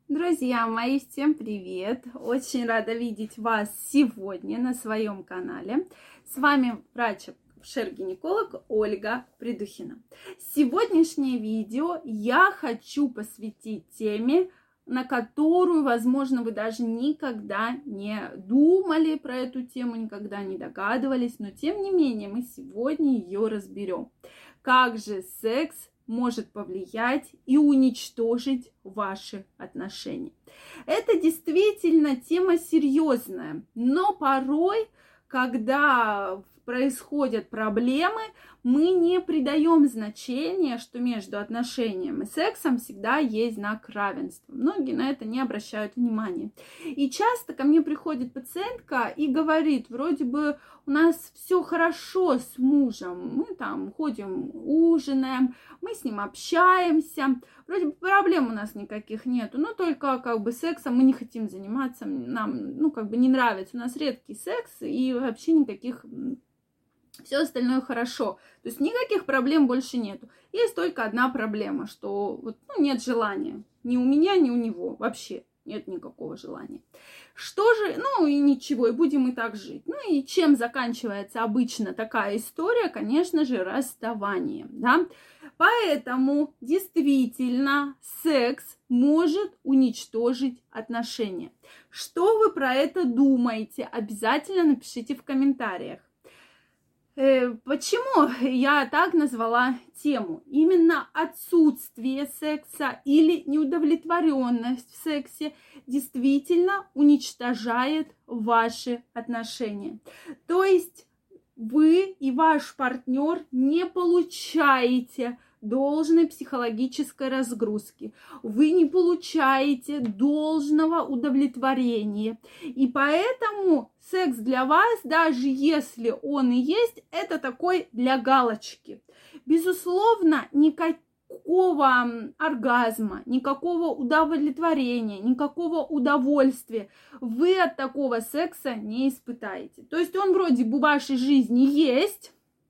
Друзья мои, всем привет! Очень рада видеть вас сегодня на своем канале. С вами врач-акушер-гинеколог Ольга Придухина. Сегодняшнее видео я хочу посвятить теме, на которую, возможно, вы даже никогда не думали про эту тему, никогда не догадывались, но тем не менее мы сегодня ее разберем. Как же секс может повлиять и уничтожить ваши отношения. Это действительно тема серьезная, но порой, когда происходят проблемы, мы не придаем значения, что между отношением и сексом всегда есть знак равенства. Многие на это не обращают внимания. И часто ко мне приходит пациентка и говорит, вроде бы у нас все хорошо с мужем, мы там ходим, ужинаем, мы с ним общаемся, вроде бы проблем у нас никаких нету, но только сексом мы не хотим заниматься, нам не нравится, у нас редкий секс и вообще никаких... Все остальное хорошо. То есть никаких проблем больше нету. Есть только одна проблема, что нет желания. Ни у меня, ни у него. Вообще нет никакого желания. Что же, и ничего, и будем и так жить. И чем заканчивается обычно такая история? Конечно же, расставание, да. Поэтому действительно секс может уничтожить отношения. Что вы про это думаете? Обязательно напишите в комментариях. Почему я так назвала тему? Именно отсутствие секса или неудовлетворенность в сексе действительно уничтожает ваши отношения. То есть вы и ваш партнер не получаете должной психологической разгрузки. Вы не получаете должного удовлетворения. И поэтому секс для вас, даже если он и есть, это такой для галочки. Безусловно, никакого оргазма, никакого удовлетворения, никакого удовольствия вы от такого секса не испытаете. То есть он вроде бы в вашей жизни есть,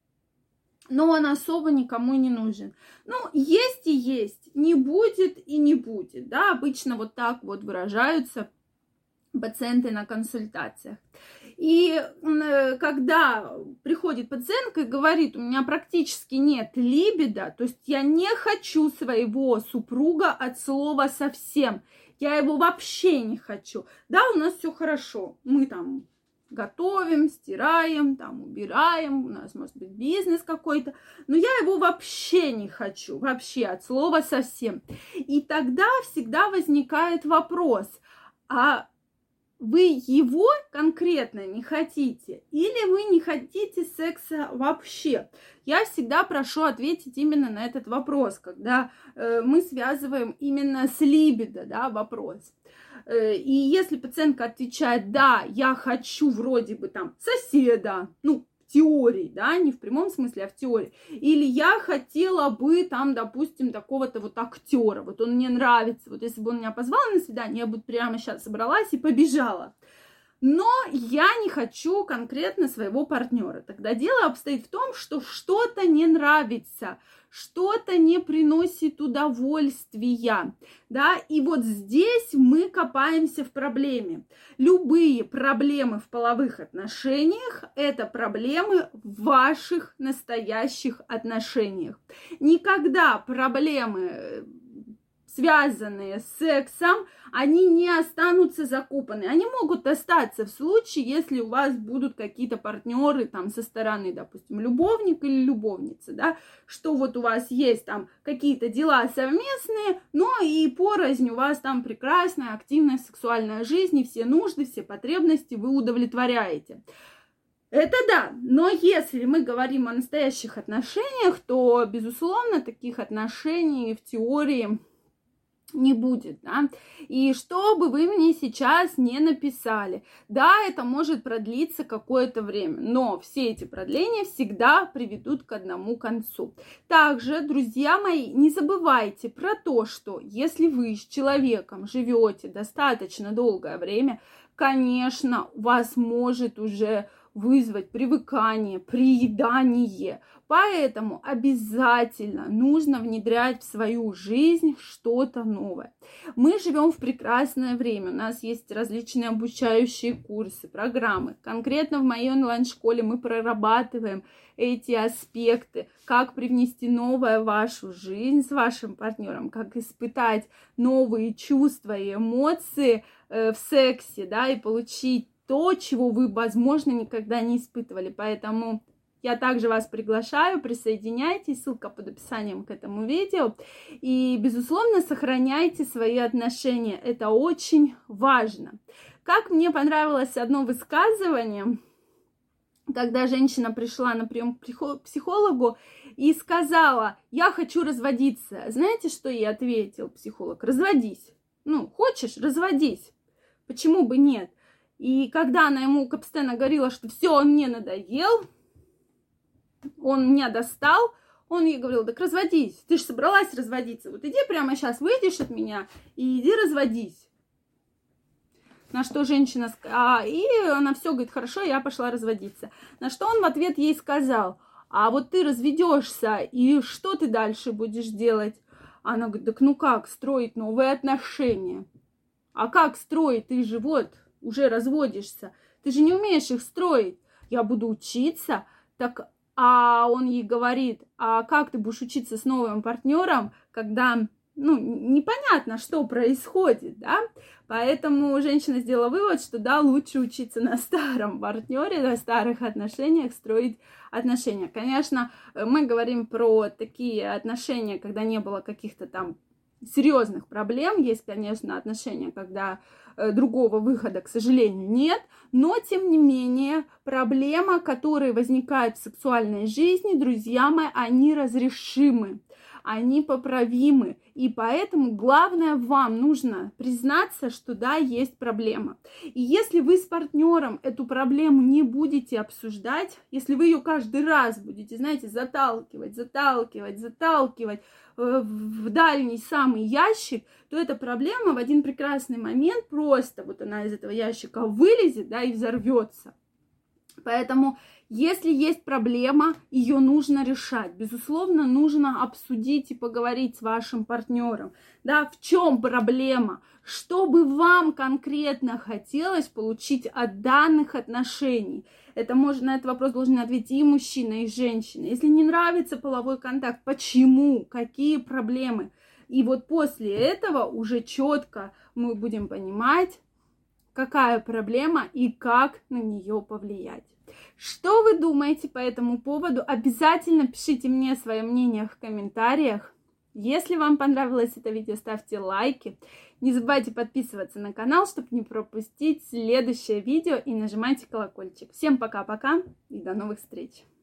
но он особо никому не нужен. Есть и есть, не будет и не будет, да, обычно вот так вот выражаются пациенты на консультациях. И когда приходит пациентка и говорит, у меня практически нет либидо, то есть я не хочу своего супруга от слова совсем, я его вообще не хочу, да, у нас все хорошо, мы там готовим, стираем, убираем, у нас может быть бизнес какой-то, но я его вообще не хочу, вообще от слова совсем. И тогда всегда возникает вопрос, а вы его конкретно не хотите или вы не хотите секса вообще? Я всегда прошу ответить именно на этот вопрос, когда мы связываем именно с либидо, да, вопрос. И если пациентка отвечает, да, я хочу вроде бы соседа, в теории, да, не в прямом смысле, а в теории, или я хотела бы допустим, такого-то вот актера, вот он мне нравится, вот если бы он меня позвал на свидание, я бы прямо сейчас собралась и побежала. Но я не хочу конкретно своего партнера. Тогда дело обстоит в том, что что-то не нравится, что-то не приносит удовольствия, да, и вот здесь мы копаемся в проблеме. Любые проблемы в половых отношениях – это проблемы в ваших настоящих отношениях. Никогда проблемы, связанные с сексом, они не останутся закопаны. Они могут остаться в случае, если у вас будут какие-то партнеры со стороны, допустим, любовник или любовница, да, что вот у вас есть какие-то дела совместные, но и порознь у вас прекрасная, активная сексуальная жизнь, и все нужды, все потребности вы удовлетворяете. Это да, но если мы говорим о настоящих отношениях, то, безусловно, таких отношений в теории не будет, да, и что бы вы мне сейчас не написали, да, это может продлиться какое-то время, но все эти продления всегда приведут к одному концу. Также, друзья мои, не забывайте про то, что если вы с человеком живете достаточно долгое время, конечно, у вас может уже вызвать привыкание, приедание. Поэтому обязательно нужно внедрять в свою жизнь что-то новое. Мы живем в прекрасное время. У нас есть различные обучающие курсы, программы. Конкретно в моей онлайн-школе мы прорабатываем эти аспекты, как привнести новое в вашу жизнь с вашим партнером, как испытать новые чувства и эмоции в сексе, да, и получить то, чего вы, возможно, никогда не испытывали. Поэтому я также вас приглашаю, присоединяйтесь, ссылка под описанием к этому видео. И, безусловно, сохраняйте свои отношения, это очень важно. Как мне понравилось одно высказывание, когда женщина пришла на прием к психологу и сказала: я хочу разводиться. Знаете, что ей ответил психолог? Разводись. Ну, хочешь, разводись. Почему бы нет? И когда она ему постоянно говорила, что все, он мне надоел, он меня достал, он ей говорил: так разводись, ты же собралась разводиться, вот иди прямо сейчас, выйдешь от меня и иди разводись. На что женщина, и она все говорит: хорошо, я пошла разводиться. На что он в ответ ей сказал: а вот ты разведешься, и что ты дальше будешь делать? Она говорит: так ну как строить новые отношения? А как строить? Ты же вот уже разводишься, ты же не умеешь их строить. Я буду учиться, так. А он ей говорит: а как ты будешь учиться с новым партнером, когда, ну, непонятно, что происходит, да? Поэтому женщина сделала вывод, что да, лучше учиться на старом партнере, на старых отношениях, строить отношения. Конечно, мы говорим про такие отношения, когда не было каких-то там серьезных проблем. Есть, конечно, отношения, когда другого выхода, к сожалению, нет. Но, тем не менее, проблема, которая возникает в сексуальной жизни, друзья мои, они разрешимы, они поправимы. И поэтому главное, вам нужно признаться, что да, есть проблема. И если вы с партнером эту проблему не будете обсуждать, если вы ее каждый раз будете, знаете, заталкивать в дальний самый ящик, то эта проблема в один прекрасный момент просто вот она из этого ящика вылезет, да, и взорвется. Поэтому, если есть проблема, ее нужно решать. Безусловно, нужно обсудить и поговорить с вашим партнером. Да, в чем проблема? Что бы вам конкретно хотелось получить от данных отношений? На этот вопрос должны ответить и мужчина, и женщина. Если не нравится половой контакт, почему? Какие проблемы? И вот после этого уже четко мы будем понимать, какая проблема и как на нее повлиять. Что вы думаете по этому поводу? Обязательно пишите мне свое мнение в комментариях. Если вам понравилось это видео, ставьте лайки. Не забывайте подписываться на канал, чтобы не пропустить следующее видео, и нажимайте колокольчик. Всем пока-пока и до новых встреч!